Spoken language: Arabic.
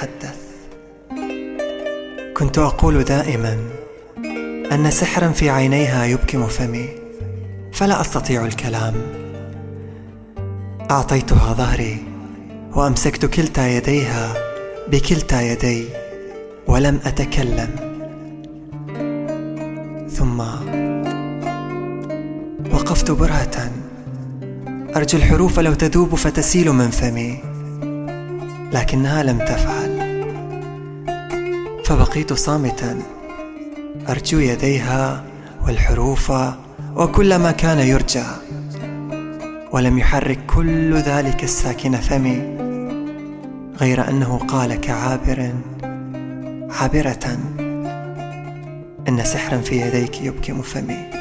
يتحدث. كنت أقول دائما أن سحرا في عينيها يبكم فمي، فلا أستطيع الكلام. أعطيتها ظهري وأمسكت كلتا يديها بكلتا يدي ولم أتكلم. ثم وقفت برهة أرجو الحروف لو تذوب فتسيل من فمي، لكنها لم تفعل. فبقيت صامتا أرجو يديها والحروف وكل ما كان يرجى، ولم يحرك كل ذلك الساكن فمي، غير أنه قال كعابر عابرة: إن سحرا في يديك يبكم فمي.